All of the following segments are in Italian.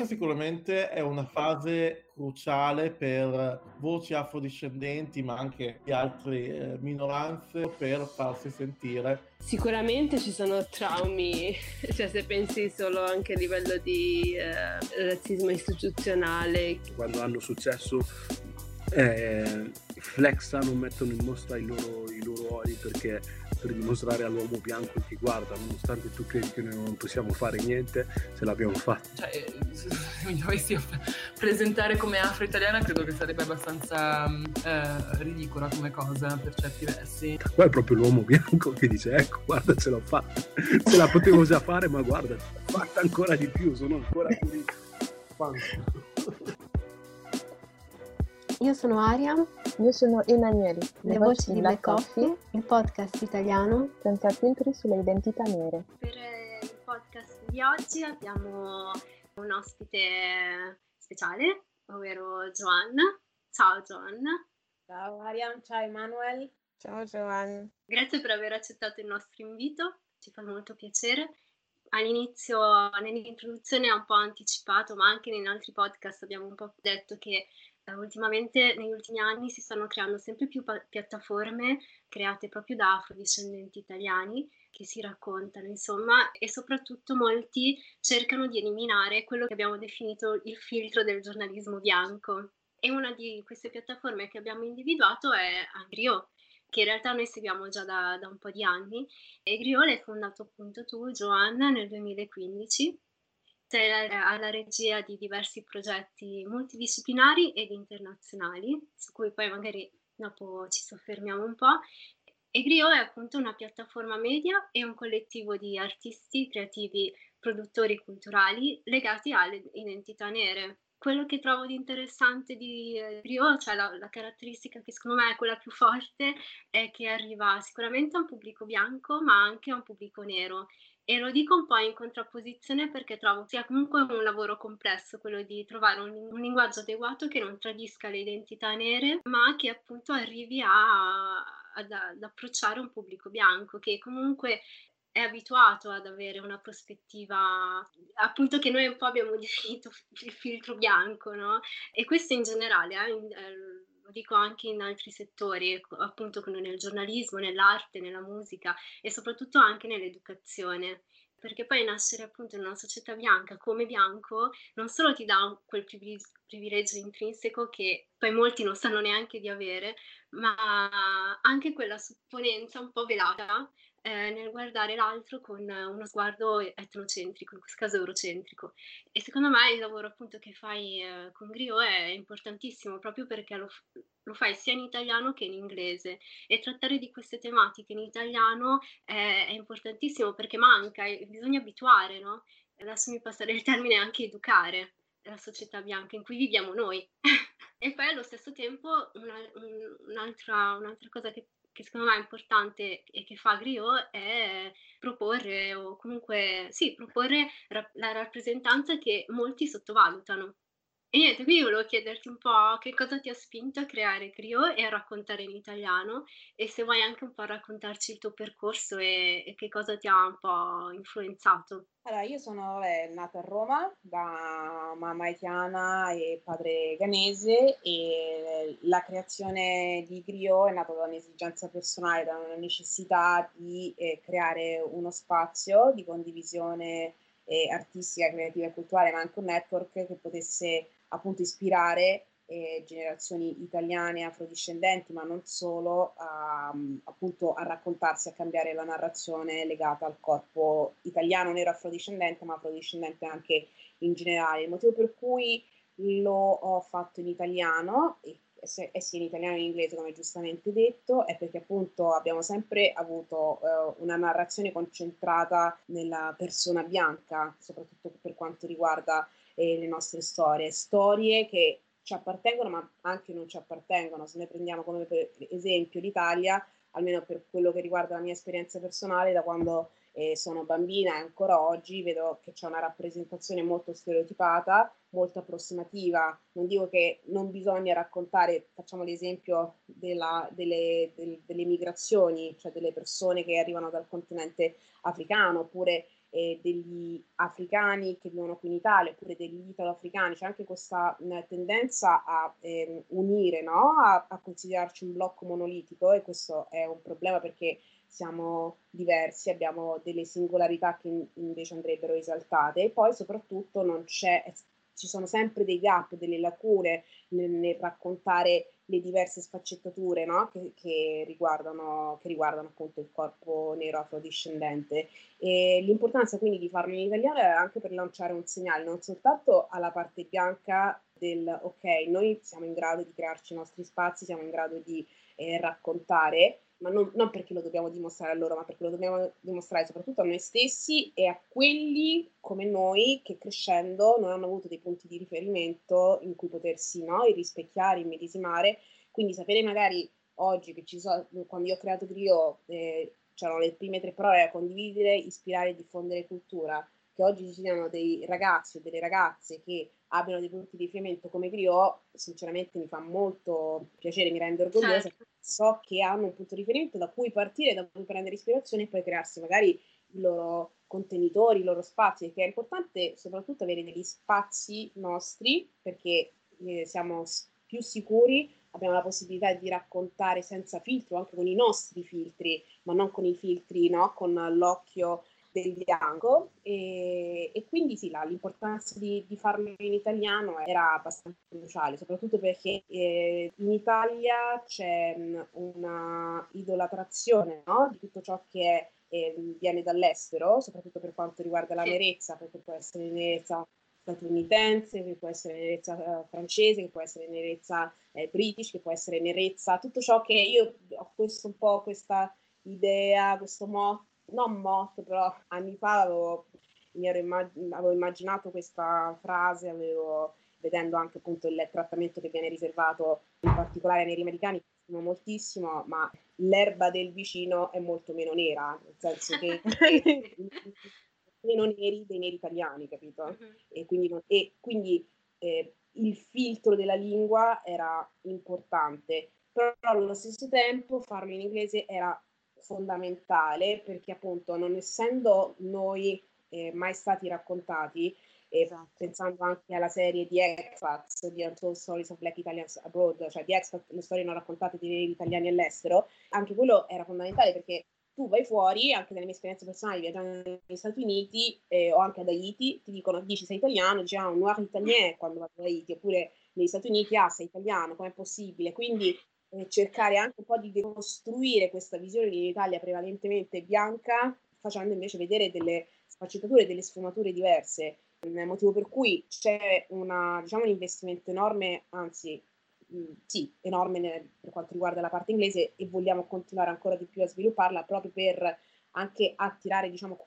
questa sicuramente è una fase cruciale per voci afrodiscendenti, ma anche di altre minoranze, per farsi sentire. Sicuramente ci sono traumi, cioè se pensi solo anche a livello di razzismo istituzionale. Quando hanno successo flexano, mettono in mostra i loro ori per dimostrare all'uomo bianco che guarda, nonostante tu credi che noi non possiamo fare niente, ce l'abbiamo fatta. Cioè, se mi dovessi presentare come afro-italiana credo che sarebbe abbastanza ridicola come cosa per certi versi. Qua è proprio l'uomo bianco che dice ecco, guarda, ce l'ho fatta, ce la potevo già fare, ma guarda, l'ho fatta ancora di più, sono ancora più Io sono Aria. Io sono Emanuele. Le voci di Black Coffee, il podcast italiano senza filtri sulle identità nere. Per il podcast di oggi abbiamo un ospite speciale, ovvero Joanna. Ciao Joanna. Ciao Aria, ciao Emanuele. Ciao Joanna. Grazie per aver accettato il nostro invito, ci fa molto piacere. All'inizio, nell'introduzione ho un po' anticipato, ma anche in altri podcast abbiamo un po' detto che ultimamente, negli ultimi anni, si stanno creando sempre più piattaforme create proprio da afrodiscendenti italiani che si raccontano, insomma, e soprattutto molti cercano di eliminare quello che abbiamo definito il filtro del giornalismo bianco. E una di queste piattaforme che abbiamo individuato è Agrio, che in realtà noi seguiamo già da un po' di anni. E Agrio l'hai fondato appunto tu, Joanna, nel 2015. Sei alla regia di diversi progetti multidisciplinari ed internazionali, su cui poi magari dopo ci soffermiamo un po'. Egrio è appunto una piattaforma media e un collettivo di artisti, creativi, produttori culturali legati alle identità nere. Quello che trovo di interessante di Egrio, cioè la caratteristica che secondo me è quella più forte, è che arriva sicuramente a un pubblico bianco, ma anche a un pubblico nero. E lo dico un po' in contrapposizione perché trovo sia comunque un lavoro complesso quello di trovare un linguaggio adeguato che non tradisca le identità nere, ma che appunto arrivi ad approcciare un pubblico bianco che comunque è abituato ad avere una prospettiva appunto che noi un po' abbiamo definito il filtro bianco, no? E questo in generale, lo dico anche in altri settori, appunto come nel giornalismo, nell'arte, nella musica e soprattutto anche nell'educazione. Perché poi nascere appunto in una società bianca come bianco non solo ti dà quel privilegio intrinseco che poi molti non sanno neanche di avere, ma anche quella supponenza un po' velata nel guardare l'altro con uno sguardo etnocentrico, in questo caso eurocentrico. E secondo me il lavoro appunto che fai con Griot è importantissimo proprio perché lo fai sia in italiano che in inglese, e trattare di queste tematiche in italiano è importantissimo perché manca e bisogna abituare, no? Adesso mi passerei il termine anche educare la società bianca in cui viviamo noi. E poi allo stesso tempo un'altra cosa che secondo me è importante e che fa Griot è proporre o comunque sì, proporre la rappresentanza che molti sottovalutano. E niente, quindi volevo chiederti un po' che cosa ti ha spinto a creare Griot e a raccontare in italiano, e se vuoi anche un po' raccontarci il tuo percorso e che cosa ti ha un po' influenzato. Allora, io sono nata a Roma da mamma haitiana e padre ghanese, e la creazione di Griot è nata da un'esigenza personale, da una necessità di creare uno spazio di condivisione artistica, creativa e culturale, ma anche un network che potesse appunto ispirare generazioni italiane afrodiscendenti, ma non solo, appunto a raccontarsi, a cambiare la narrazione legata al corpo italiano nero afrodiscendente, ma afrodiscendente anche in generale. Il motivo per cui lo ho fatto in italiano, e sia in italiano che in inglese, come giustamente detto, è perché appunto abbiamo sempre avuto una narrazione concentrata nella persona bianca, soprattutto per quanto riguarda le nostre storie che ci appartengono ma anche non ci appartengono. Se noi prendiamo come per esempio l'Italia, almeno per quello che riguarda la mia esperienza personale, da quando sono bambina e ancora oggi vedo che c'è una rappresentazione molto stereotipata, molto approssimativa. Non dico che non bisogna raccontare, facciamo l'esempio delle migrazioni, cioè delle persone che arrivano dal continente africano, oppure degli africani che vivono qui in Italia oppure degli italo-africani. C'è anche questa tendenza a unire, no? A considerarci un blocco monolitico, e questo è un problema perché siamo diversi, abbiamo delle singolarità che invece andrebbero esaltate, e poi soprattutto ci sono sempre dei gap, delle lacune nel raccontare le diverse sfaccettature, no? che riguardano appunto il corpo nero afrodiscendente. E l'importanza quindi di farlo in italiano è anche per lanciare un segnale non soltanto alla parte bianca del ok, noi siamo in grado di crearci i nostri spazi, siamo in grado di raccontare, ma non perché lo dobbiamo dimostrare a loro, ma perché lo dobbiamo dimostrare soprattutto a noi stessi e a quelli come noi che crescendo non hanno avuto dei punti di riferimento in cui potersi, no, rispecchiare, immedesimare. Quindi sapere magari oggi che quando io ho creato Griot, c'erano le prime 3 parole da condividere, ispirare e diffondere cultura, che oggi ci siano dei ragazzi o delle ragazze che abbiano dei punti di riferimento come Griot, sinceramente mi fa molto piacere, mi rende orgogliosa. Certo. So che hanno un punto di riferimento da cui partire, da cui prendere ispirazione e poi crearsi magari i loro contenitori, i loro spazi, perché è importante soprattutto avere degli spazi nostri, perché siamo più sicuri, abbiamo la possibilità di raccontare senza filtro, anche con i nostri filtri, ma non con i filtri, no? Con l'occhio del bianco, e quindi sì, l'importanza di farlo in italiano era abbastanza cruciale, soprattutto perché in Italia c'è una idolatrazione, no? Di tutto ciò che viene dall'estero, soprattutto per quanto riguarda la nerezza, perché può essere nerezza statunitense, che può essere nerezza francese, che può essere nerezza british, che può essere nerezza, tutto ciò che io ho questa idea, questo motto, non motto, però anni fa avevo immaginato questa frase, vedendo anche appunto il trattamento che viene riservato in particolare ai neri americani, che stimo moltissimo, ma l'erba del vicino è molto meno nera, nel senso che meno neri dei neri italiani, capito? E quindi il filtro della lingua era importante, però allo stesso tempo farlo in inglese era fondamentale, perché appunto non essendo noi mai stati raccontati, pensando anche alla serie di Expats, di Untold Stories of Black Italians Abroad, cioè di Expats, le storie non raccontate di neri italiani all'estero, anche quello era fondamentale, perché tu vai fuori, anche nelle mie esperienze personali viaggiando negli Stati Uniti o anche ad Haiti, ti dicono, dici sei italiano, dici un noir italien quando vado ad Haiti, oppure negli Stati Uniti, sei italiano, com'è possibile? Quindi cercare anche un po' di decostruire questa visione di un'Italia prevalentemente bianca, facendo invece vedere delle sfaccettature, delle sfumature diverse, motivo per cui c'è un investimento enorme, anzi sì, enorme per quanto riguarda la parte inglese, e vogliamo continuare ancora di più a svilupparla proprio per anche attirare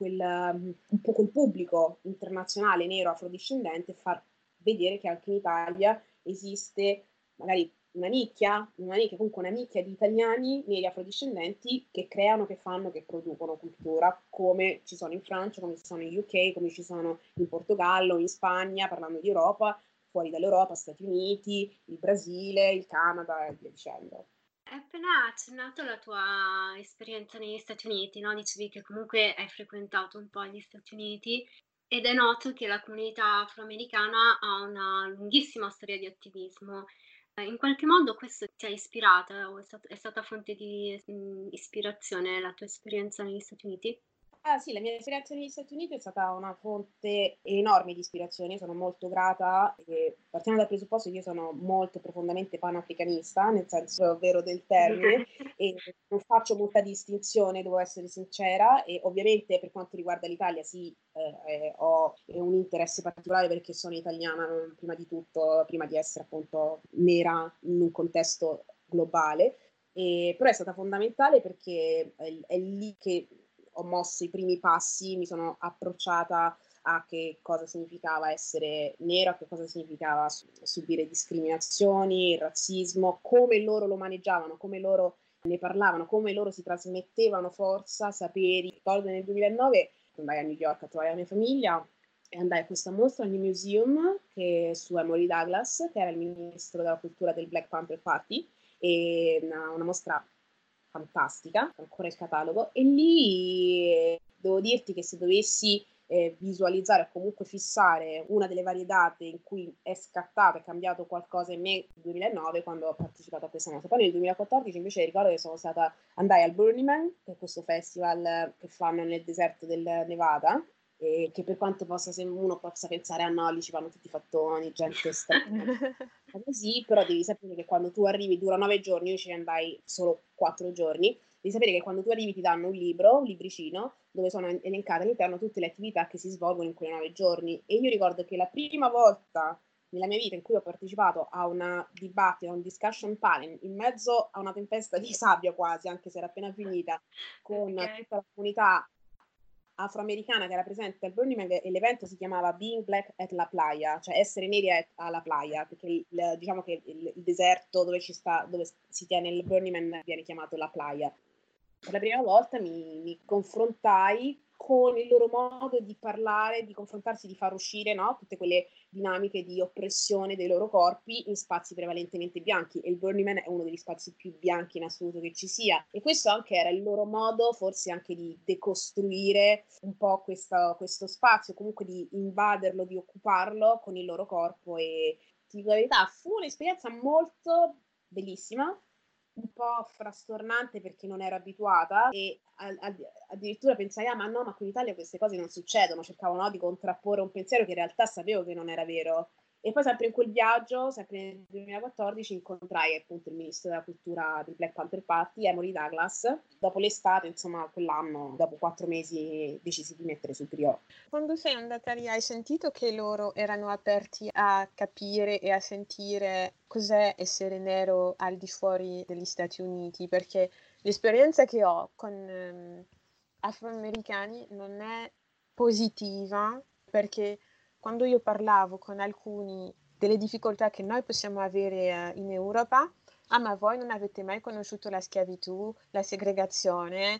un po' quel pubblico internazionale nero afrodiscendente, e far vedere che anche in Italia esiste magari una nicchia, comunque una nicchia di italiani neri afrodiscendenti che creano, che fanno, che producono cultura, come ci sono in Francia, come ci sono in UK, come ci sono in Portogallo, in Spagna, parlando di Europa, fuori dall'Europa, Stati Uniti, il Brasile, il Canada e via dicendo. Hai appena accennato la tua esperienza negli Stati Uniti, no? Dicevi che comunque hai frequentato un po' gli Stati Uniti, ed è noto che la comunità afroamericana ha una lunghissima storia di attivismo. In qualche modo questo ti ha ispirata, o è stata fonte di ispirazione la tua esperienza negli Stati Uniti? Ah sì, la mia esperienza negli Stati Uniti è stata una fonte enorme di ispirazione, sono molto grata, e partiamo dal presupposto che io sono molto profondamente panafricanista, nel senso vero del termine, e non faccio molta distinzione, devo essere sincera, e ovviamente per quanto riguarda l'Italia sì, ho un interesse particolare perché sono italiana prima di tutto, prima di essere appunto nera in un contesto globale, però è stata fondamentale perché è lì che ho mosso i primi passi, mi sono approcciata a che cosa significava essere nera, che cosa significava subire discriminazioni, il razzismo, come loro lo maneggiavano, come loro ne parlavano, come loro si trasmettevano forza, saperi. Ricordo nel 2009 andai a New York a trovare la mia famiglia e andai a questa mostra al New Museum che su Emory Douglas, che era il ministro della cultura del Black Panther Party, e una mostra fantastica, ancora il catalogo, e lì devo dirti che se dovessi visualizzare o comunque fissare una delle varie date in cui è scattato, è cambiato qualcosa in me nel 2009 quando ho partecipato a questa mostra. Poi nel 2014 invece ricordo che andai al Burning Man, che è questo festival che fanno nel deserto del Nevada, e che per quanto uno possa pensare a no, lì ci vanno tutti i fattoni, gente strana, così, però devi sapere che quando tu arrivi dura 9 giorni, io ci andai solo 4 giorni, devi sapere che quando tu arrivi ti danno un libro, un libricino, dove sono elencate all'interno tutte le attività che si svolgono in quei 9 giorni. E io ricordo che la prima volta nella mia vita in cui ho partecipato a una dibattito, a un discussion panel, in mezzo a una tempesta di sabbia quasi, anche se era appena finita, con tutta la comunità afroamericana che era presente al Burning Man, e l'evento si chiamava Being Black at La Playa, cioè essere neri alla playa, perché diciamo che il deserto dove si tiene il Burning Man viene chiamato La Playa. Per la prima volta mi confrontai con il loro modo di parlare, di confrontarsi, di far uscire, no, tutte quelle dinamiche di oppressione dei loro corpi in spazi prevalentemente bianchi, e il Burning Man è uno degli spazi più bianchi in assoluto che ci sia, e questo anche era il loro modo forse anche di decostruire un po' questo spazio, comunque di invaderlo, di occuparlo con il loro corpo. E ti dico la verità, fu un'esperienza molto bellissima, un po' frastornante per chi non era abituata, e addirittura pensai, ma no, ma qui in Italia queste cose non succedono, cercavo, no, di contrapporre un pensiero che in realtà sapevo che non era vero. E poi sempre in quel viaggio, sempre nel 2014, incontrai appunto il ministro della cultura del Black Panther Party, Emory Douglas. Dopo l'estate, insomma, quell'anno, dopo 4 mesi, decisi di mettere sul griot. Quando sei andata lì hai sentito che loro erano aperti a capire e a sentire cos'è essere nero al di fuori degli Stati Uniti? Perché l'esperienza che ho con afroamericani non è positiva, perché quando io parlavo con alcuni delle difficoltà che noi possiamo avere in Europa, ma voi non avete mai conosciuto la schiavitù, la segregazione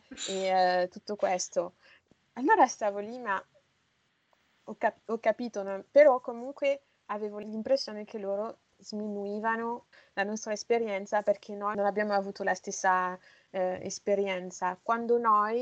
e tutto questo. Allora stavo lì, ma ho capito, no? Però comunque avevo l'impressione che loro sminuivano la nostra esperienza perché noi non abbiamo avuto la stessa esperienza. Quando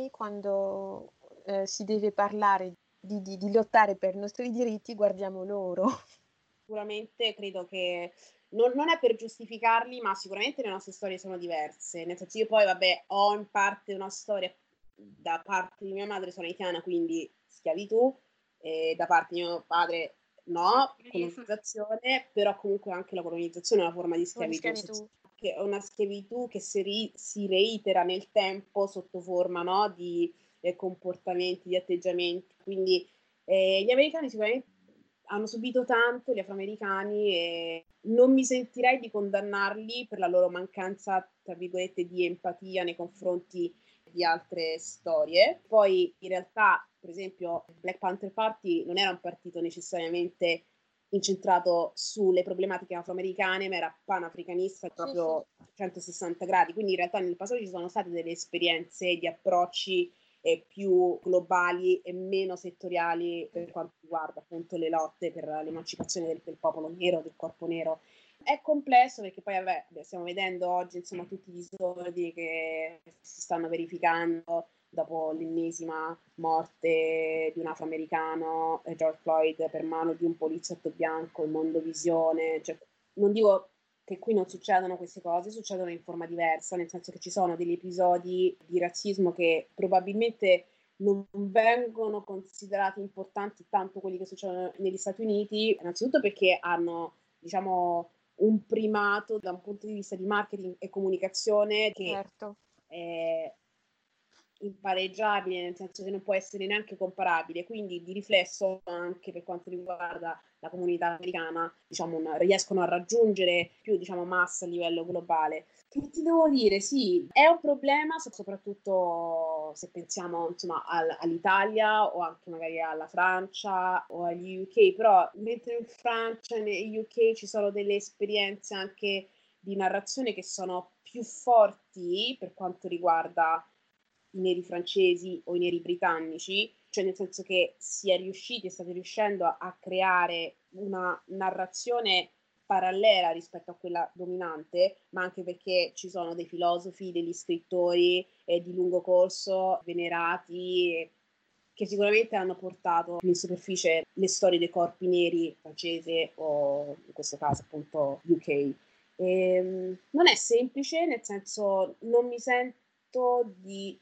si deve parlare di lottare per i nostri diritti, guardiamo loro. Sicuramente credo che non è per giustificarli, ma sicuramente le nostre storie sono diverse. Nel senso, io poi, vabbè, ho in parte una storia da parte di mia madre, sono haitiana, quindi schiavitù, e da parte di mio padre no, colonizzazione, però comunque anche la colonizzazione è una forma di schiavitù. Che è una schiavitù che si reitera nel tempo sotto forma, no, di comportamenti, di atteggiamenti. Quindi gli americani sicuramente hanno subito tanto, gli afroamericani, e non mi sentirei di condannarli per la loro mancanza, tra virgolette, di empatia nei confronti di altre storie. Poi in realtà, per esempio, il Black Panther Party non era un partito necessariamente incentrato sulle problematiche afroamericane, ma era panafricanista proprio a 160 gradi. Quindi in realtà nel passato ci sono state delle esperienze di approcci più globali e meno settoriali per quanto riguarda appunto le lotte per l'emancipazione del popolo nero, del corpo nero. È complesso perché poi stiamo vedendo oggi, insomma, tutti i disordini che si stanno verificando dopo l'ennesima morte di un afroamericano, George Floyd, per mano di un poliziotto bianco in Mondovisione. Cioè, non dico che qui non succedono queste cose, succedono in forma diversa, nel senso che ci sono degli episodi di razzismo che probabilmente non vengono considerati importanti tanto quelli che succedono negli Stati Uniti, innanzitutto perché hanno, diciamo, un primato da un punto di vista di marketing e comunicazione che certo. È impareggiabile, nel senso che non può essere neanche comparabile, quindi di riflesso anche per quanto riguarda la comunità americana, diciamo, riescono a raggiungere più, diciamo, massa a livello globale. Che ti devo dire? Sì, è un problema, soprattutto se pensiamo, insomma, all'Italia o anche magari alla Francia o agli UK, però mentre in Francia e negli UK ci sono delle esperienze anche di narrazione che sono più forti per quanto riguarda i neri francesi o i neri britannici, cioè nel senso che state riuscendo a creare una narrazione parallela rispetto a quella dominante, ma anche perché ci sono dei filosofi, degli scrittori di lungo corso venerati che sicuramente hanno portato in superficie le storie dei corpi neri francese o in questo caso appunto UK. Non è semplice, nel senso non mi sento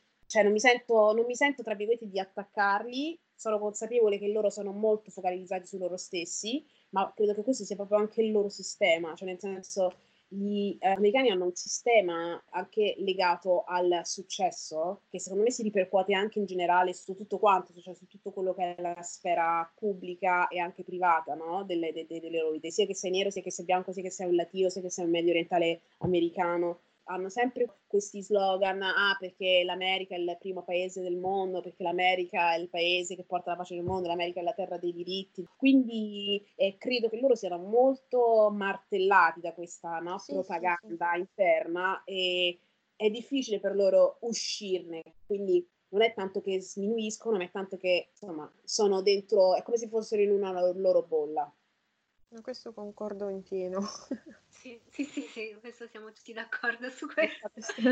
tra virgolette di attaccarli, sono consapevole che loro sono molto focalizzati su loro stessi, ma credo che questo sia proprio anche il loro sistema, cioè nel senso gli americani hanno un sistema anche legato al successo che secondo me si ripercuote anche in generale su tutto quanto, cioè su tutto quello che è la sfera pubblica e anche privata, no? delle loro vite, sia che sei nero, sia che sei bianco, sia che sei un latino, sia che sei un medio orientale americano. Hanno sempre questi slogan, perché l'America è il primo paese del mondo, perché l'America è il paese che porta la pace nel mondo, l'America è la terra dei diritti. Quindi credo che loro siano molto martellati da questa propaganda interna e è difficile per loro uscirne. Quindi non è tanto che sminuiscono, ma è tanto che insomma sono dentro, è come se fossero in una loro bolla. Questo concordo in pieno. Sì, questo siamo tutti d'accordo su questo.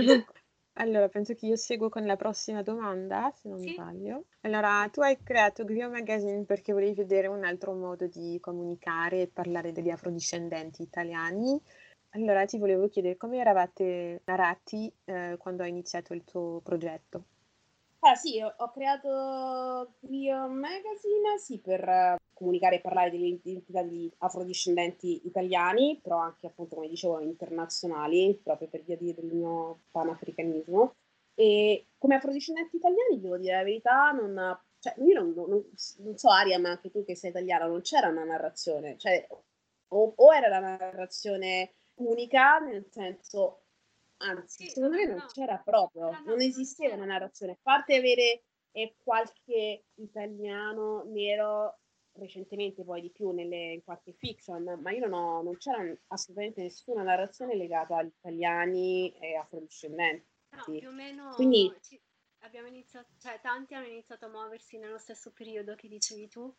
Allora, penso che io seguo con la prossima domanda, se non Sì. sbaglio. Allora, tu hai creato Griot Magazine perché volevi vedere un altro modo di comunicare e parlare degli afrodiscendenti italiani. Allora, ti volevo chiedere come eravate narrati quando hai iniziato il tuo progetto? Sì, ho creato Griot Magazine, sì, per comunicare e parlare delle identità di afrodiscendenti italiani, però anche appunto, come dicevo, internazionali, proprio per via del mio panafricanismo. E come afrodiscendenti italiani, devo dire la verità, io non so, Aria, ma anche tu che sei italiana, non c'era una narrazione, cioè o era la narrazione unica, nel senso, anzi, secondo me non c'era proprio, non esisteva una narrazione, a parte avere qualche italiano nero recentemente, poi di più in qualche fiction, ma io non c'era assolutamente nessuna narrazione legata agli italiani e afrodiscendenti. No, più o meno Quindi abbiamo iniziato, cioè tanti hanno iniziato a muoversi nello stesso periodo che dicevi tu,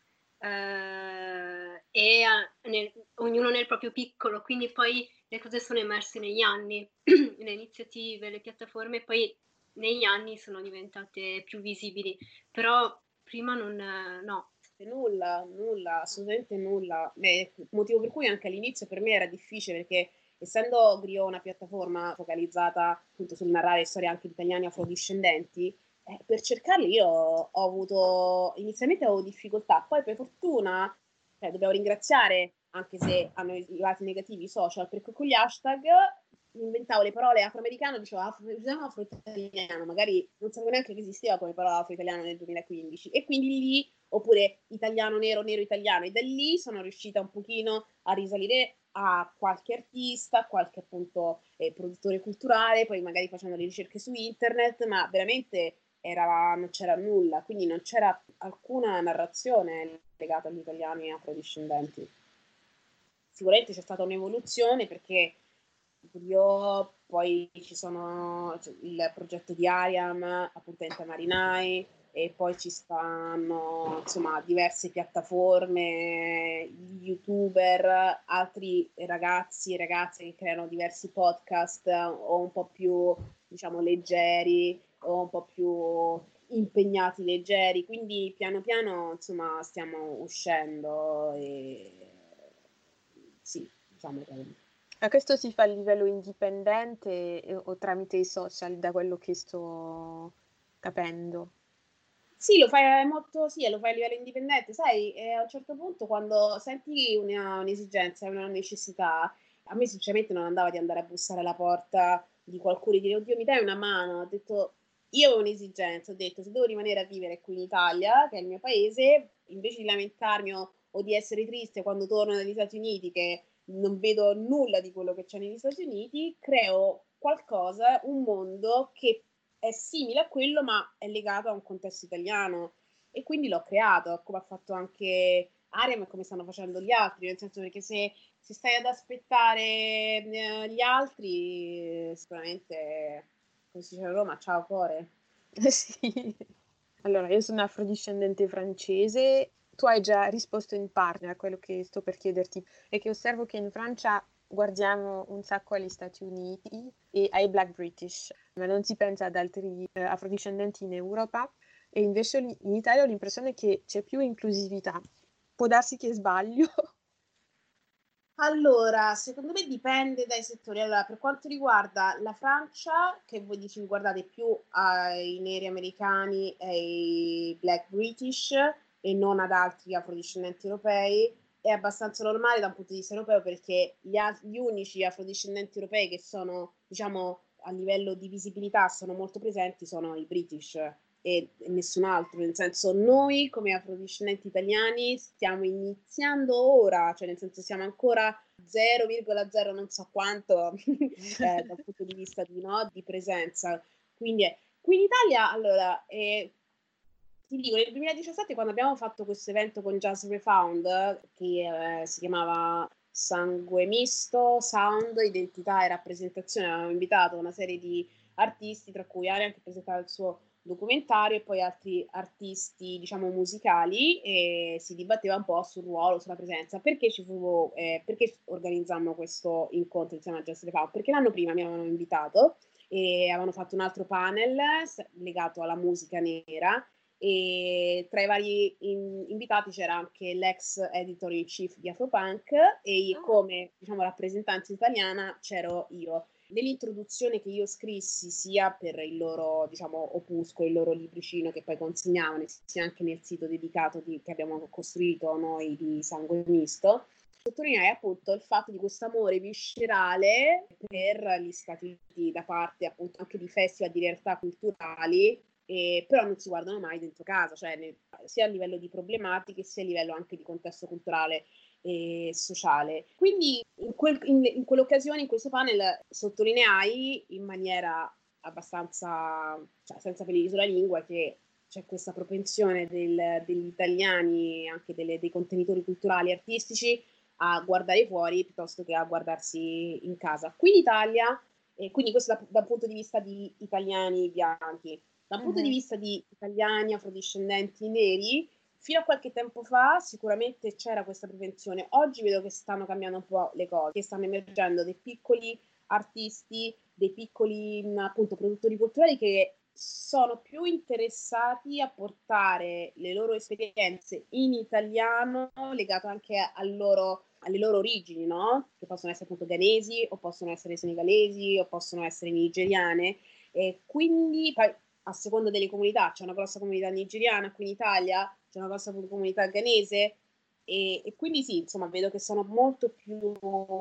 ognuno nel proprio piccolo, quindi poi le cose sono emerse negli anni, le iniziative, le piattaforme, e poi negli anni sono diventate più visibili, però prima no. Nulla, assolutamente nulla. Motivo per cui anche all'inizio per me era difficile perché essendo Griot una piattaforma focalizzata appunto sul narrare storie anche di italiani afrodiscendenti, per cercarli inizialmente avevo difficoltà, poi per fortuna, dobbiamo ringraziare, anche se hanno i lati negativi, i social, perché con gli hashtag inventavo le parole afroamericano, dicevo afro-italiano, magari non sapevo neanche che esisteva come parola afro-italiano nel 2015, e quindi lì, oppure italiano nero, nero italiano, e da lì sono riuscita un pochino a risalire a qualche artista, qualche appunto produttore culturale, poi magari facendo le ricerche su internet, ma veramente non c'era nulla, quindi non c'era alcuna narrazione legata agli italiani afrodiscendenti. Sicuramente c'è stata un'evoluzione perché io poi il progetto di Ariam, appunto Enta Marinai, e poi ci stanno insomma diverse piattaforme, youtuber, altri ragazzi e ragazze che creano diversi podcast o un po' più diciamo leggeri o un po' più impegnati leggeri, quindi piano piano insomma stiamo uscendo e sì, diciamo che... Ma questo si fa a livello indipendente o tramite i social, da quello che sto capendo? Sì, lo fai molto, sì, lo fai a livello indipendente, sai, a un certo punto quando senti un'esigenza, una necessità, a me sinceramente non andava di andare a bussare alla porta di qualcuno e dire, oddio, mi dai una mano? Ho detto, io avevo un'esigenza, ho detto, se devo rimanere a vivere qui in Italia, che è il mio paese, invece di lamentarmi o di essere triste quando torno negli Stati Uniti, che non vedo nulla di quello che c'è negli Stati Uniti, creo qualcosa, un mondo che è simile a quello, ma è legato a un contesto italiano. E quindi l'ho creato, come ha fatto anche Ariam e come stanno facendo gli altri, nel senso perché se stai ad aspettare gli altri, sicuramente, come si dice a Roma, ciao cuore. Sì. Allora, io sono afrodiscendente francese. Tu hai già risposto in parte a quello che sto per chiederti, è che osservo che in Francia guardiamo un sacco agli Stati Uniti e ai Black British, ma non si pensa ad altri afrodiscendenti in Europa. e invece in Italia ho l'impressione che c'è più inclusività. Può darsi che sbaglio? Allora, secondo me dipende dai settori. Allora, per quanto riguarda la Francia, che voi dici guardate più ai neri americani e ai black British e non ad altri afrodiscendenti europei, è abbastanza normale da un punto di vista europeo perché gli unici afrodiscendenti europei che sono, diciamo, a livello di visibilità sono molto presenti sono i British e nessun altro, nel senso noi come afrodiscendenti italiani stiamo iniziando ora, cioè nel senso siamo ancora 0,0 non so quanto dal punto di vista di presenza, quindi qui in Italia allora ti dico, nel 2017 quando abbiamo fatto questo evento con Jazz Refound che si chiamava Sangue Misto, Sound, Identità e Rappresentazione, avevamo invitato una serie di artisti tra cui Arian che presentava il suo documentario e poi altri artisti diciamo musicali e si dibatteva un po' sul ruolo, sulla presenza. Perché perché organizzammo questo incontro insieme a Jazz Refound? Perché l'anno prima mi avevano invitato e avevano fatto un altro panel legato alla musica nera e tra i vari invitati c'era anche l'ex editor in chief di Afropunk e come diciamo rappresentanza italiana c'ero io. Nell'introduzione che io scrissi sia per il loro diciamo opuscolo, il loro libricino che poi consegnavano, sia anche nel sito dedicato che abbiamo costruito noi di Sangue Misto, sottolineai appunto il fatto di questo amore viscerale per gli Stati Uniti da parte appunto anche di festival di realtà culturali, però non si guardano mai dentro casa, cioè sia a livello di problematiche sia a livello anche di contesto culturale e sociale. Quindi in quell'occasione, in questo panel, sottolineai in maniera abbastanza, cioè senza pelli sulla lingua, che c'è questa propensione degli italiani, anche dei contenitori culturali e artistici, a guardare fuori piuttosto che a guardarsi in casa. Qui in Italia, e quindi questo dal punto di vista di italiani bianchi, dal punto di vista di italiani afrodiscendenti neri, fino a qualche tempo fa sicuramente c'era questa propensione. Oggi vedo che stanno cambiando un po' le cose, che stanno emergendo dei piccoli artisti, dei piccoli appunto produttori culturali che sono più interessati a portare le loro esperienze in italiano legate anche alle loro origini, no? Che possono essere appunto ghanesi o possono essere senegalesi o possono essere nigeriane e quindi poi a seconda delle comunità, c'è una grossa comunità nigeriana qui in Italia, c'è una grossa comunità ghanese e quindi sì, insomma, vedo che sono molto più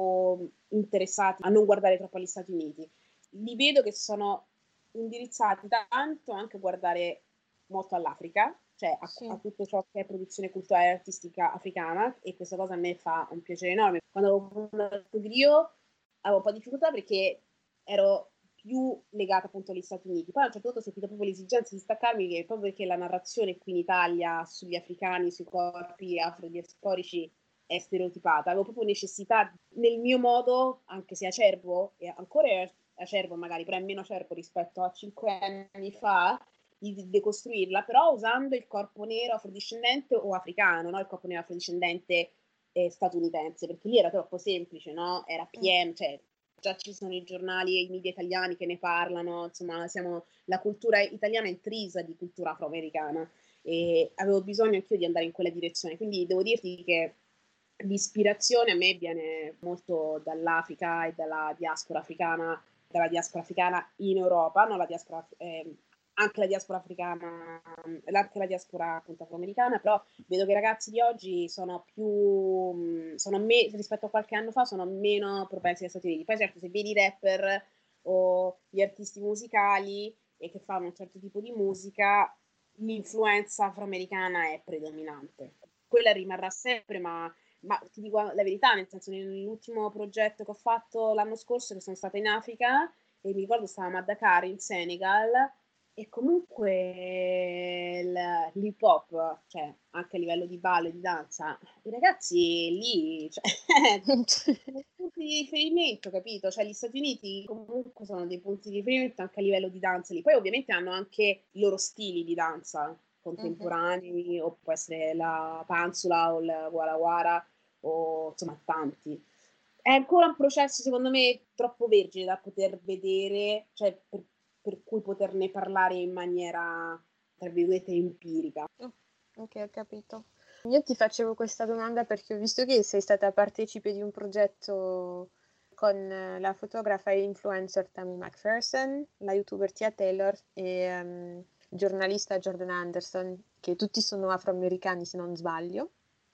interessati a non guardare troppo agli Stati Uniti. Li vedo che sono indirizzati tanto anche a guardare molto all'Africa, cioè a tutto ciò che è produzione culturale e artistica africana e questa cosa a me fa un piacere enorme. Quando avevo fondato Grio avevo un po' di difficoltà perché ero più legata appunto agli Stati Uniti. Poi a un certo punto ho sentito proprio l'esigenza di staccarmi proprio perché la narrazione qui in Italia sugli africani, sui corpi afrodiasporici è stereotipata. Avevo proprio necessità nel mio modo, anche se acerbo, e ancora è acerbo magari, però è meno acerbo rispetto a 5 anni fa, di decostruirla, però usando il corpo nero afrodiscendente o africano, no? Il corpo nero afrodiscendente statunitense, perché lì era troppo semplice, no? Era pieno, cioè già ci sono i giornali e i media italiani che ne parlano, insomma la cultura italiana è intrisa di cultura afroamericana e avevo bisogno anch'io di andare in quella direzione, quindi devo dirti che l'ispirazione a me viene molto dall'Africa e dalla diaspora africana in Europa, no? Anche la diaspora africana, anche la diaspora appunto afroamericana, però vedo che i ragazzi di oggi sono rispetto a qualche anno fa, sono meno propensi agli Stati Uniti. Poi certo, se vedi i rapper o gli artisti musicali e che fanno un certo tipo di musica, l'influenza afroamericana è predominante. Quella rimarrà sempre, ma ti dico la verità, nel senso nell'ultimo progetto che ho fatto l'anno scorso, che sono stata in Africa, e mi ricordo stavamo a Dakar in Senegal, e comunque l'hip hop, cioè anche a livello di ballo e di danza, i ragazzi lì, cioè, sono punti di riferimento, capito? Cioè gli Stati Uniti comunque sono dei punti di riferimento anche a livello di danza lì. Poi ovviamente hanno anche i loro stili di danza contemporanei, o può essere la panzula o il wara wara, o insomma tanti. È ancora un processo secondo me troppo vergine da poter vedere, cioè per cui poterne parlare in maniera tra virgolette, empirica. Ok, ho capito. Io ti facevo questa domanda perché ho visto che sei stata partecipe di un progetto con la fotografa e influencer Tammy Macpherson, la youtuber Tia Taylor e il giornalista Jordan Anderson, che tutti sono afroamericani se non sbaglio.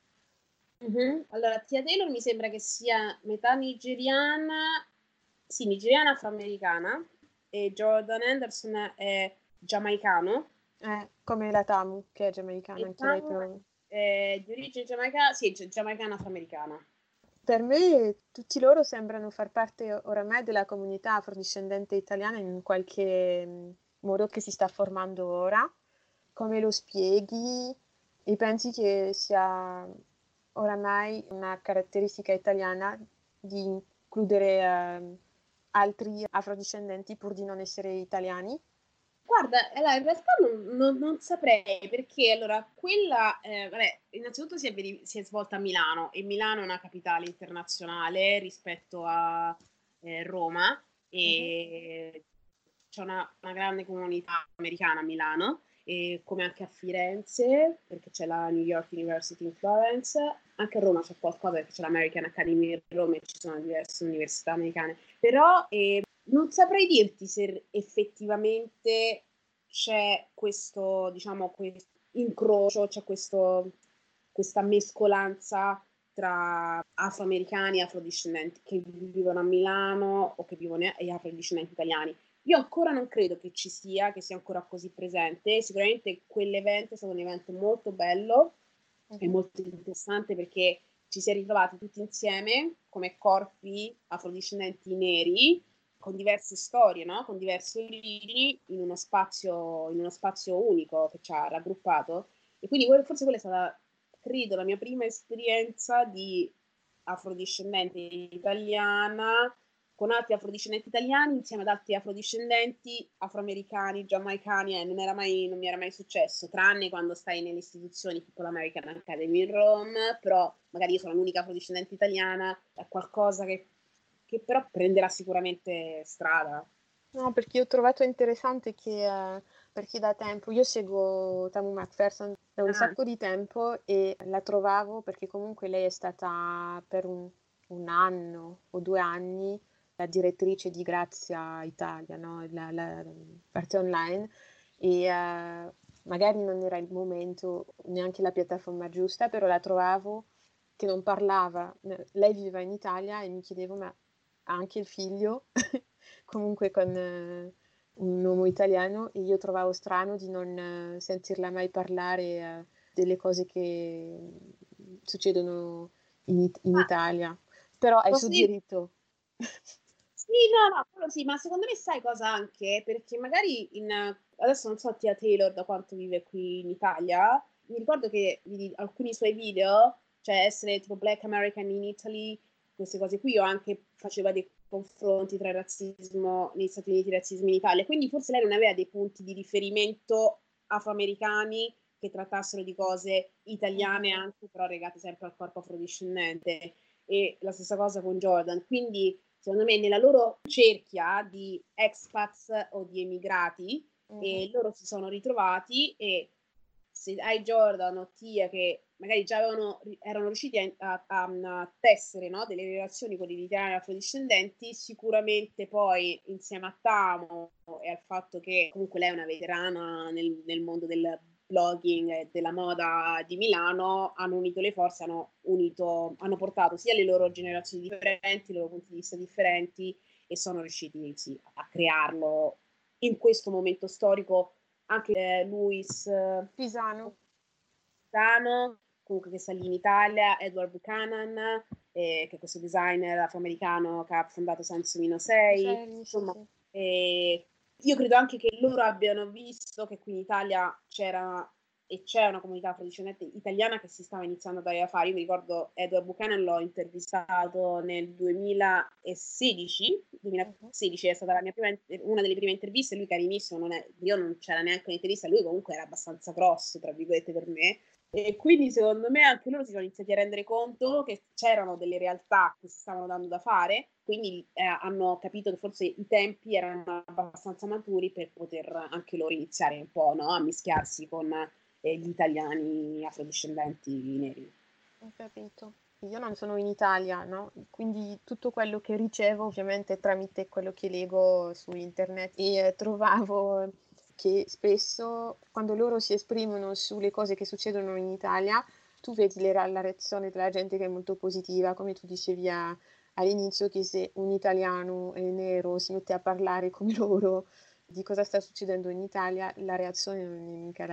Allora, Tia Taylor mi sembra che sia metà nigeriana, sì, nigeriana afroamericana, e Jordan Anderson è giamaicano. Come la Tamu, che è giamaicana E anche lei, Tamu però. è di origine giamaicana, sì, giamaicana afroamericana. Per me tutti loro sembrano far parte oramai della comunità afrodiscendente italiana in qualche modo che si sta formando ora. Come lo spieghi? E pensi che sia oramai una caratteristica italiana di includere altri afrodiscendenti pur di non essere italiani? Guarda, allora, in realtà non saprei perché allora quella, vabbè, innanzitutto si è svolta a Milano e Milano è una capitale internazionale rispetto a Roma e c'è una grande comunità americana a Milano, e come anche a Firenze, perché c'è la New York University in Florence, anche a Roma c'è qualcosa perché c'è l'American Academy a Roma e ci sono diverse università americane, però non saprei dirti se effettivamente c'è questo, diciamo, incrocio, c'è questa mescolanza tra afroamericani e afrodiscendenti che vivono a Milano o che vivono e afrodiscendenti italiani. Io ancora non credo che ci sia, che sia ancora così presente. Sicuramente quell'evento è stato un evento molto bello e molto interessante perché ci si è ritrovati tutti insieme come corpi afrodiscendenti neri con diverse storie, no? Con diverse origini in uno spazio unico che ci ha raggruppato. E quindi forse quella è stata, credo, la mia prima esperienza di afrodiscendente italiana con altri afrodiscendenti italiani insieme ad altri afrodiscendenti afroamericani, giamaicani, non mi era mai successo, tranne quando stai nelle istituzioni tipo l'American Academy in Rome, però magari io sono l'unica afrodiscendente italiana, è qualcosa che però prenderà sicuramente strada. No, perché ho trovato interessante che perché da tempo io seguo Tamu Macpherson da un sacco di tempo e la trovavo perché comunque lei è stata per un anno o 2 anni la direttrice di Grazia Italia, no? La parte online e magari non era il momento, neanche la piattaforma giusta, però la trovavo che non parlava. Lei viveva in Italia e mi chiedevo, ma ha anche il figlio, comunque con un uomo italiano, e io trovavo strano di non sentirla mai parlare delle cose che succedono in Italia. Però hai il suo diritto. Sì, no, quello sì, ma secondo me sai cosa anche? Perché magari adesso non so Tia Taylor da quanto vive qui in Italia, mi ricordo che vidi alcuni suoi video, cioè essere tipo Black American in Italy, queste cose qui, o anche faceva dei confronti tra il razzismo negli Stati Uniti e il razzismo in Italia, quindi forse lei non aveva dei punti di riferimento afroamericani che trattassero di cose italiane anche però legate sempre al corpo afrodiscendente, e la stessa cosa con Jordan, quindi secondo me nella loro cerchia di expats o di emigrati e loro si sono ritrovati, e se hai Jordan o Tia che magari già erano riusciti a tessere, no, delle relazioni con gli italiani afrodiscendenti, sicuramente poi insieme a Tamo e al fatto che comunque lei è una veterana nel mondo del blogging e della moda di Milano, hanno unito le forze, hanno portato sia le loro generazioni differenti, i loro punti di vista differenti, e sono riusciti sì, a crearlo in questo momento storico. Anche Luis Pisano, comunque che sta lì in Italia, Edward Buchanan, che è questo designer afroamericano che ha fondato Sansomino 6, insomma, io credo anche che loro abbiano visto che qui in Italia c'era e c'è una comunità afrodiscendente italiana che si stava iniziando a dare da fare. Io mi ricordo Edward Buchanan, l'ho intervistato nel 2016 è stata una delle prime interviste, lui carinissimo, io non c'era neanche un'intervista, lui comunque era abbastanza grosso, tra virgolette, per me, E quindi secondo me anche loro si sono iniziati a rendere conto che c'erano delle realtà che si stavano dando da fare, quindi hanno capito che forse i tempi erano abbastanza maturi per poter anche loro iniziare un po', no, a mischiarsi con gli italiani afrodiscendenti neri. Ho capito. Io non sono in Italia, no? Quindi tutto quello che ricevo ovviamente è tramite quello che leggo su internet e trovavo che spesso quando loro si esprimono sulle cose che succedono in Italia, tu vedi la reazione della gente che è molto positiva, come tu dicevi all'inizio, che se un italiano nero si mette a parlare come loro di cosa sta succedendo in Italia, la reazione non è mica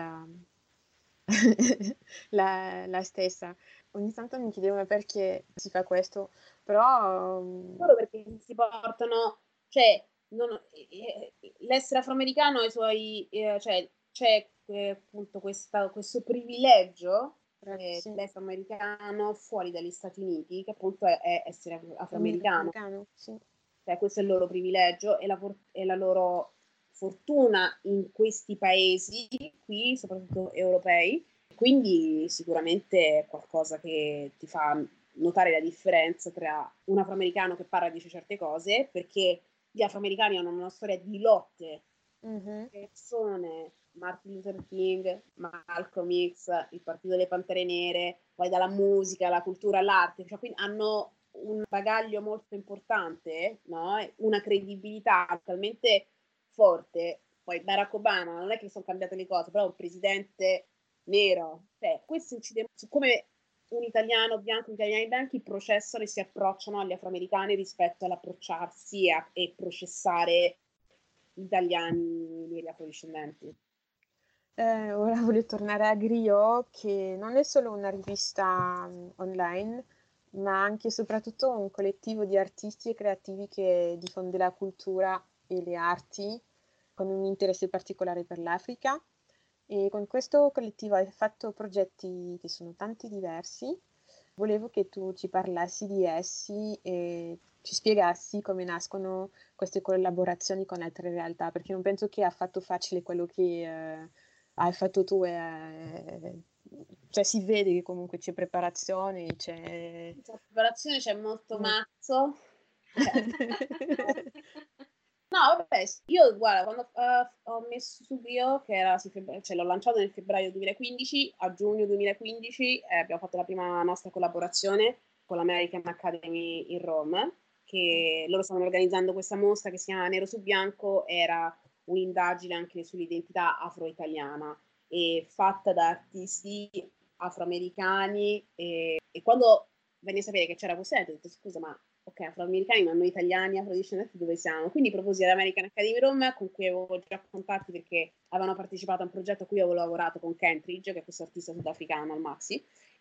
la stessa. Ogni tanto mi chiedevo "Ma perché si fa questo, però Solo perché si portano, cioè, l'essere afroamericano ha i suoi, cioè, c'è appunto questo privilegio sì, l'essere americano fuori dagli Stati Uniti, che appunto è essere afroamericano. sì. Cioè, questo è il loro privilegio e la loro fortuna in questi paesi qui, soprattutto europei. Quindi sicuramente è qualcosa che ti fa notare la differenza tra un afroamericano che parla e dice certe cose, perché gli afroamericani hanno una storia di lotte, persone, Martin Luther King, Malcolm X, il Partito delle Pantere Nere, poi dalla musica, alla cultura, all'arte, cioè, quindi hanno un bagaglio molto importante, no? Una credibilità talmente forte. Poi Barack Obama, non è che sono cambiate le cose, però è un presidente nero. Cioè, questo incide su come un italiano bianco, gli italiani bianchi processano e si approcciano agli afroamericani rispetto all'approcciarsi e processare gli italiani neri afrodiscendenti. Ora voglio tornare a Griot, che non è solo una rivista online, ma anche e soprattutto un collettivo di artisti e creativi che diffonde la cultura e le arti con un interesse particolare per l'Africa. E con questo collettivo hai fatto progetti che sono tanti diversi. Volevo che tu ci parlassi di essi e ci spiegassi come nascono queste collaborazioni con altre realtà, perché non penso che ha fatto facile quello che hai fatto tu. Cioè si vede che comunque c'è preparazione, c'è... C'è preparazione, c'è molto mazzo. No, vabbè, io guarda, quando ho messo su Bio, che era, cioè, l'ho lanciato nel febbraio 2015, a giugno 2015 abbiamo fatto la prima nostra collaborazione con l'American Academy in Rome, che loro stanno organizzando questa mostra che si chiama Nero su Bianco, era un'indagine anche sull'identità afro-italiana e fatta da artisti afroamericani e quando venne a sapere che c'era questo evento ho detto scusa ma ok, afroamericani, ma noi italiani, afrodiscendenti dove siamo? Quindi proposi all'American Academy Rome, con cui avevo già contatti perché avevano partecipato a un progetto a cui avevo lavorato con Kentridge, che è questo artista sudafricano, al Maxi,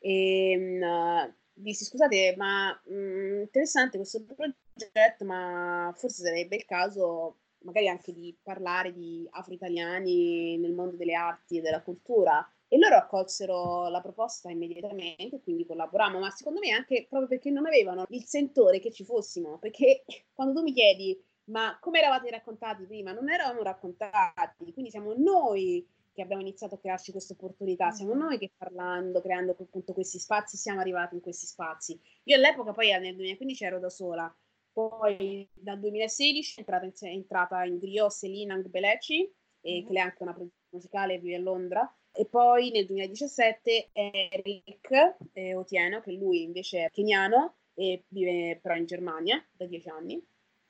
e dissi scusate, ma interessante questo progetto, ma forse sarebbe il caso magari anche di parlare di afro-italiani nel mondo delle arti e della cultura. E loro accolsero la proposta immediatamente, quindi collaborammo, ma secondo me anche proprio perché non avevano il sentore che ci fossimo, perché quando tu mi chiedi ma come eravate raccontati prima, non eravamo raccontati, quindi siamo noi che abbiamo iniziato a crearci questa opportunità, siamo noi che parlando, creando appunto questi spazi, siamo arrivati in questi spazi. Io all'epoca poi nel 2015 ero da sola, poi dal 2016 è entrata in Griot Selina Ngbelechi, che lei è anche una produttrice musicale, vive a Londra, e poi nel 2017 Eric Otieno, che lui invece è keniano e vive però in Germania da 10 anni.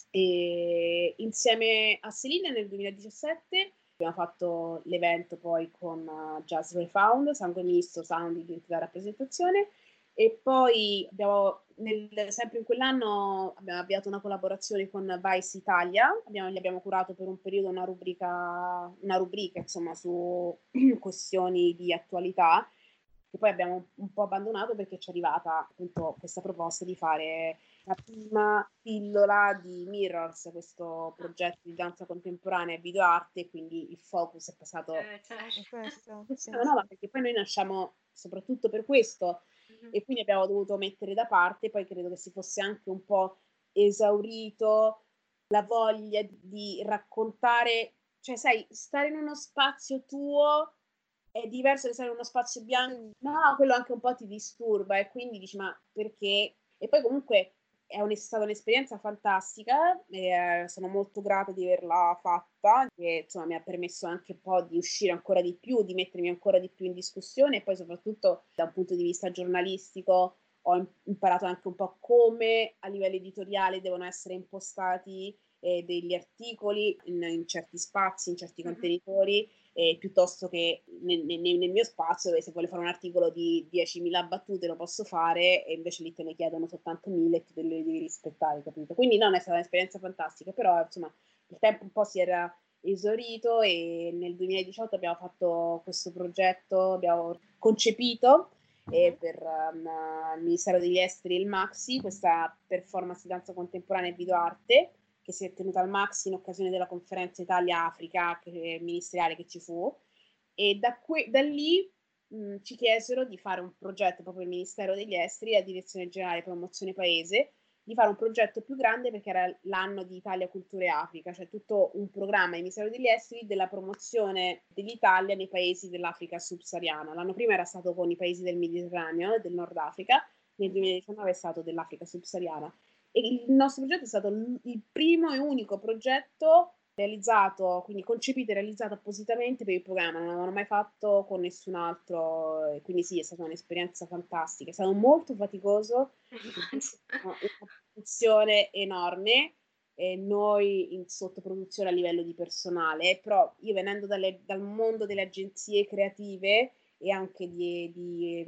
E insieme a Celine nel 2017 abbiamo fatto l'evento poi con Jazz Refound, Sangue Misto, Sound, Identità e Rappresentazione. E poi sempre in quell'anno abbiamo avviato una collaborazione con Vice Italia, gli abbiamo curato per un periodo una rubrica insomma, su questioni di attualità, che poi abbiamo un po' abbandonato perché ci è arrivata appunto questa proposta di fare la prima pillola di Mirrors, questo progetto di danza contemporanea e videoarte, quindi il focus è passato Questo, sì. no, ma perché poi noi nasciamo soprattutto per questo e quindi abbiamo dovuto mettere da parte, poi credo che si fosse anche un po' esaurito la voglia di raccontare, cioè sai, stare in uno spazio tuo è diverso che stare in uno spazio bianco, no, quello anche un po' ti disturba e quindi dici ma perché? E poi comunque è stata un'esperienza fantastica e sono molto grata di averla fatta, che insomma mi ha permesso anche un po' di uscire ancora di più, di mettermi ancora di più in discussione e poi soprattutto da un punto di vista giornalistico ho imparato anche un po' come a livello editoriale devono essere impostati degli articoli in certi spazi, in certi contenitori, piuttosto che nel mio spazio dove se vuole fare un articolo di 10.000 battute lo posso fare e invece lì te ne chiedono soltanto 1.000 e tu te le devi rispettare, capito? Quindi non è stata un'esperienza fantastica, però insomma il tempo un po' si era esaurito e nel 2018 abbiamo fatto questo progetto, abbiamo concepito per il Ministero degli Esteri e il Maxi, questa performance di danza contemporanea e videoarte che si è tenuta al Maxi in occasione della conferenza Italia-Africa ministeriale che ci fu e da lì ci chiesero di fare un progetto proprio il Ministero degli Esteri, la Direzione Generale Promozione Paese, di fare un progetto più grande perché era l'anno di Italia, Cultura e Africa, cioè tutto un programma del Ministero degli Esteri della promozione dell'Italia nei paesi dell'Africa subsahariana. L'anno prima era stato con i paesi del Mediterraneo e del Nord Africa, nel 2019 è stato dell'Africa subsahariana. E il nostro progetto è stato il primo e unico progetto realizzato, quindi concepito e realizzato appositamente per il programma, non l'avevano mai fatto con nessun altro, e quindi sì, è stata un'esperienza fantastica, è stato molto faticoso, una produzione enorme, e noi in sottoproduzione a livello di personale, però io venendo dal mondo delle agenzie creative e anche di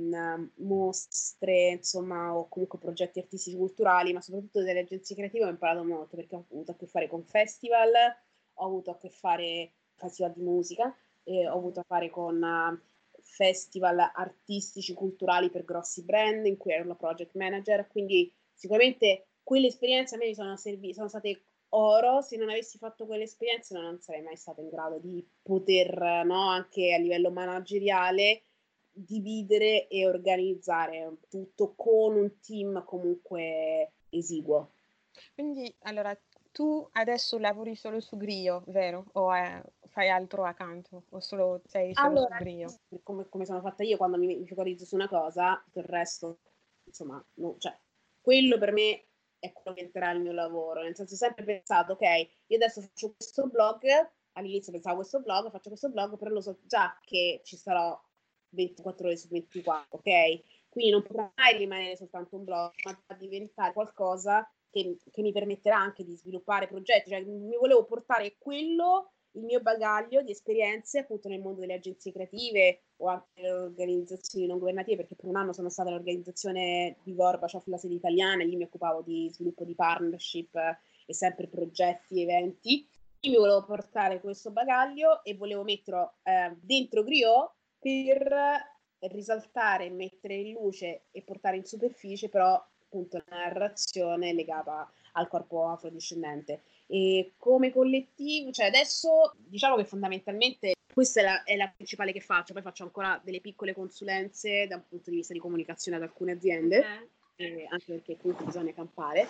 mostre, insomma, o comunque progetti artistici culturali, ma soprattutto delle agenzie creative ho imparato molto perché ho avuto a che fare con festival, ho avuto a che fare con festival di musica, ho avuto a fare con festival artistici culturali per grossi brand in cui ero la project manager, quindi sicuramente quelle esperienze a me mi sono state oro. Se non avessi fatto quelle esperienze non sarei mai stata in grado di poter, no, anche a livello manageriale, dividere e organizzare tutto con un team comunque esiguo. Quindi, allora, tu adesso lavori solo su Grio, vero? O fai altro accanto? O sei solo su Grio? Come sono fatta io, quando mi focalizzo su una cosa, tutto il resto, insomma, cioè, quello per me è quello che entrerà il mio lavoro. Nel senso, ho sempre pensato, ok, io adesso faccio questo blog, all'inizio pensavo faccio questo blog, però lo so già che ci sarò 24 ore su 24, ok? Quindi non potrà mai rimanere soltanto un blog, ma diventare qualcosa che mi permetterà anche di sviluppare progetti. Cioè, mi volevo portare il mio bagaglio di esperienze appunto nel mondo delle agenzie creative o anche nelle organizzazioni non governative, perché per un anno sono stata all'organizzazione di Gorbaciov, la sede italiana, e lì mi occupavo di sviluppo di partnership e sempre progetti, eventi. Io mi volevo portare questo bagaglio e volevo metterlo dentro Griot per risaltare, mettere in luce e portare in superficie però appunto la narrazione legata al corpo afrodiscendente. E come collettivo, cioè adesso diciamo che fondamentalmente questa è la principale che faccio, poi faccio ancora delle piccole consulenze da un punto di vista di comunicazione ad alcune aziende, anche perché comunque bisogna campare.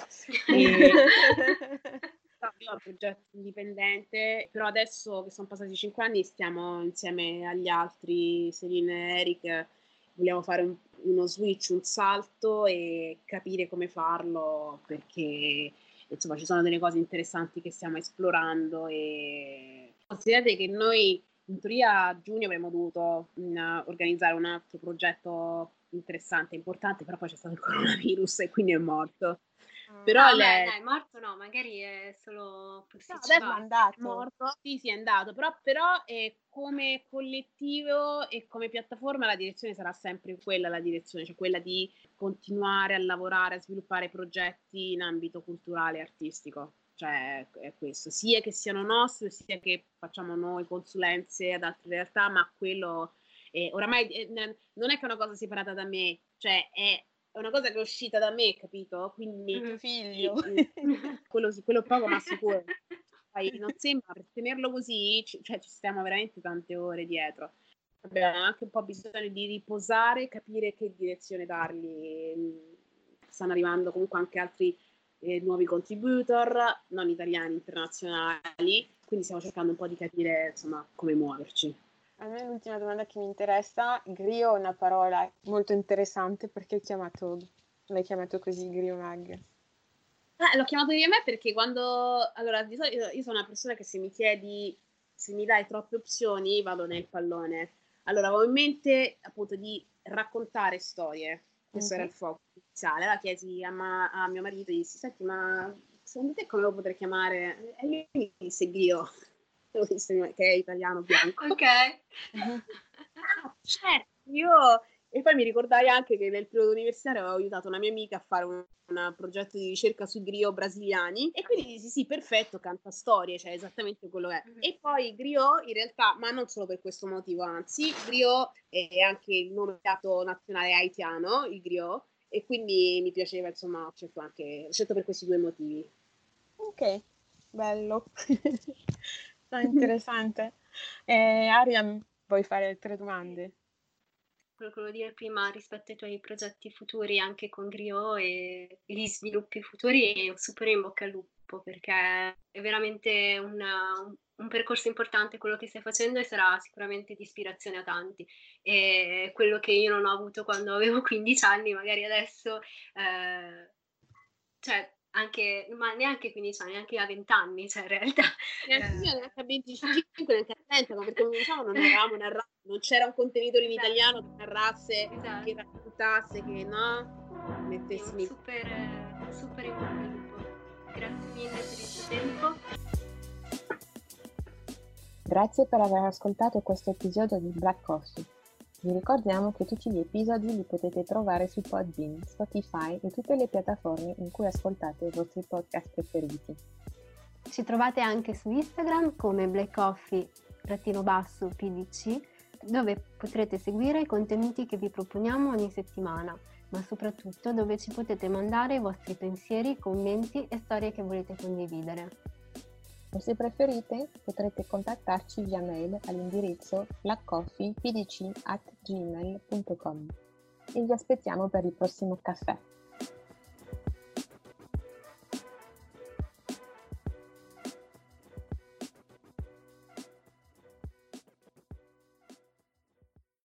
Io ho un progetto indipendente, però adesso che sono passati 5 anni stiamo insieme agli altri, Celine e Eric, vogliamo fare uno switch, un salto e capire come farlo, perché insomma ci sono delle cose interessanti che stiamo esplorando e considerate che noi in teoria a giugno avremmo dovuto organizzare un altro progetto interessante, importante, però poi c'è stato il coronavirus e quindi è morto. Però dai, morto no, magari è solo posticipato. No, adesso è andato. Morto. Sì, è andato, però come collettivo e come piattaforma la direzione sarà sempre quella, cioè quella di continuare a lavorare, a sviluppare progetti in ambito culturale e artistico. Cioè è questo, sia che siano nostri, sia che facciamo noi consulenze ad altre realtà, ma quello oramai non è che è una cosa separata da me, cioè è una cosa che è uscita da me, capito? Quindi tuo figlio. quello poco ma sicuro. Non sembra, per tenerlo così, ci stiamo veramente tante ore dietro. Abbiamo anche un po' bisogno di riposare, capire che direzione dargli. Stanno arrivando comunque anche altri nuovi contributor, non italiani, internazionali, quindi stiamo cercando un po' di capire insomma come muoverci. A me l'ultima domanda che mi interessa, griot è una parola molto interessante perché l'hai chiamato così, griot mag? L'ho chiamato io a me perché quando... Allora, di solito io sono una persona che se mi chiedi, se mi dai troppe opzioni, vado nel pallone. Allora, avevo in mente appunto di raccontare storie. Questo era il focus iniziale. Allora chiesi a mio marito, gli dissi, senti, ma secondo te come lo potrei chiamare? E lui mi disse griot, che è italiano bianco. Ok. Certo, io... E poi mi ricordai anche che nel periodo universitario avevo aiutato una mia amica a fare un progetto di ricerca sui griot brasiliani e quindi dissi sì, perfetto, canta storie, cioè esattamente quello che è. E poi griot in realtà, ma non solo per questo motivo, anzi, griot è anche il nome piatto nazionale haitiano, il griot, e quindi mi piaceva, insomma, ho scelto per questi due motivi. Ok, bello. No, interessante. Aria, vuoi fare altre domande? Quello che volevo dire prima rispetto ai tuoi progetti futuri anche con griot e gli sviluppi futuri, super in bocca al lupo perché è veramente un percorso importante quello che stai facendo e sarà sicuramente di ispirazione a tanti. E quello che io non ho avuto quando avevo 15 anni, magari adesso, cioè anche, ma neanche 15 anni, neanche a 20 anni, cioè in realtà. Neanche a 25, neanche a 30, ma perché diciamo non eravamo narrati, non c'era un contenitore in italiano che narrasse, che raccontasse, che no, mettessi super in bocca al lupo. Grazie mille per il tuo tempo. Grazie per aver ascoltato questo episodio di Black Coffee. Vi ricordiamo che tutti gli episodi li potete trovare su Podbean, Spotify e tutte le piattaforme in cui ascoltate i vostri podcast preferiti. Ci trovate anche su Instagram come blackcoffee_pdc, dove potrete seguire i contenuti che vi proponiamo ogni settimana, ma soprattutto dove ci potete mandare i vostri pensieri, commenti e storie che volete condividere. O se preferite potrete contattarci via mail all'indirizzo blackcoffeepdc@gmail.com e vi aspettiamo per il prossimo caffè.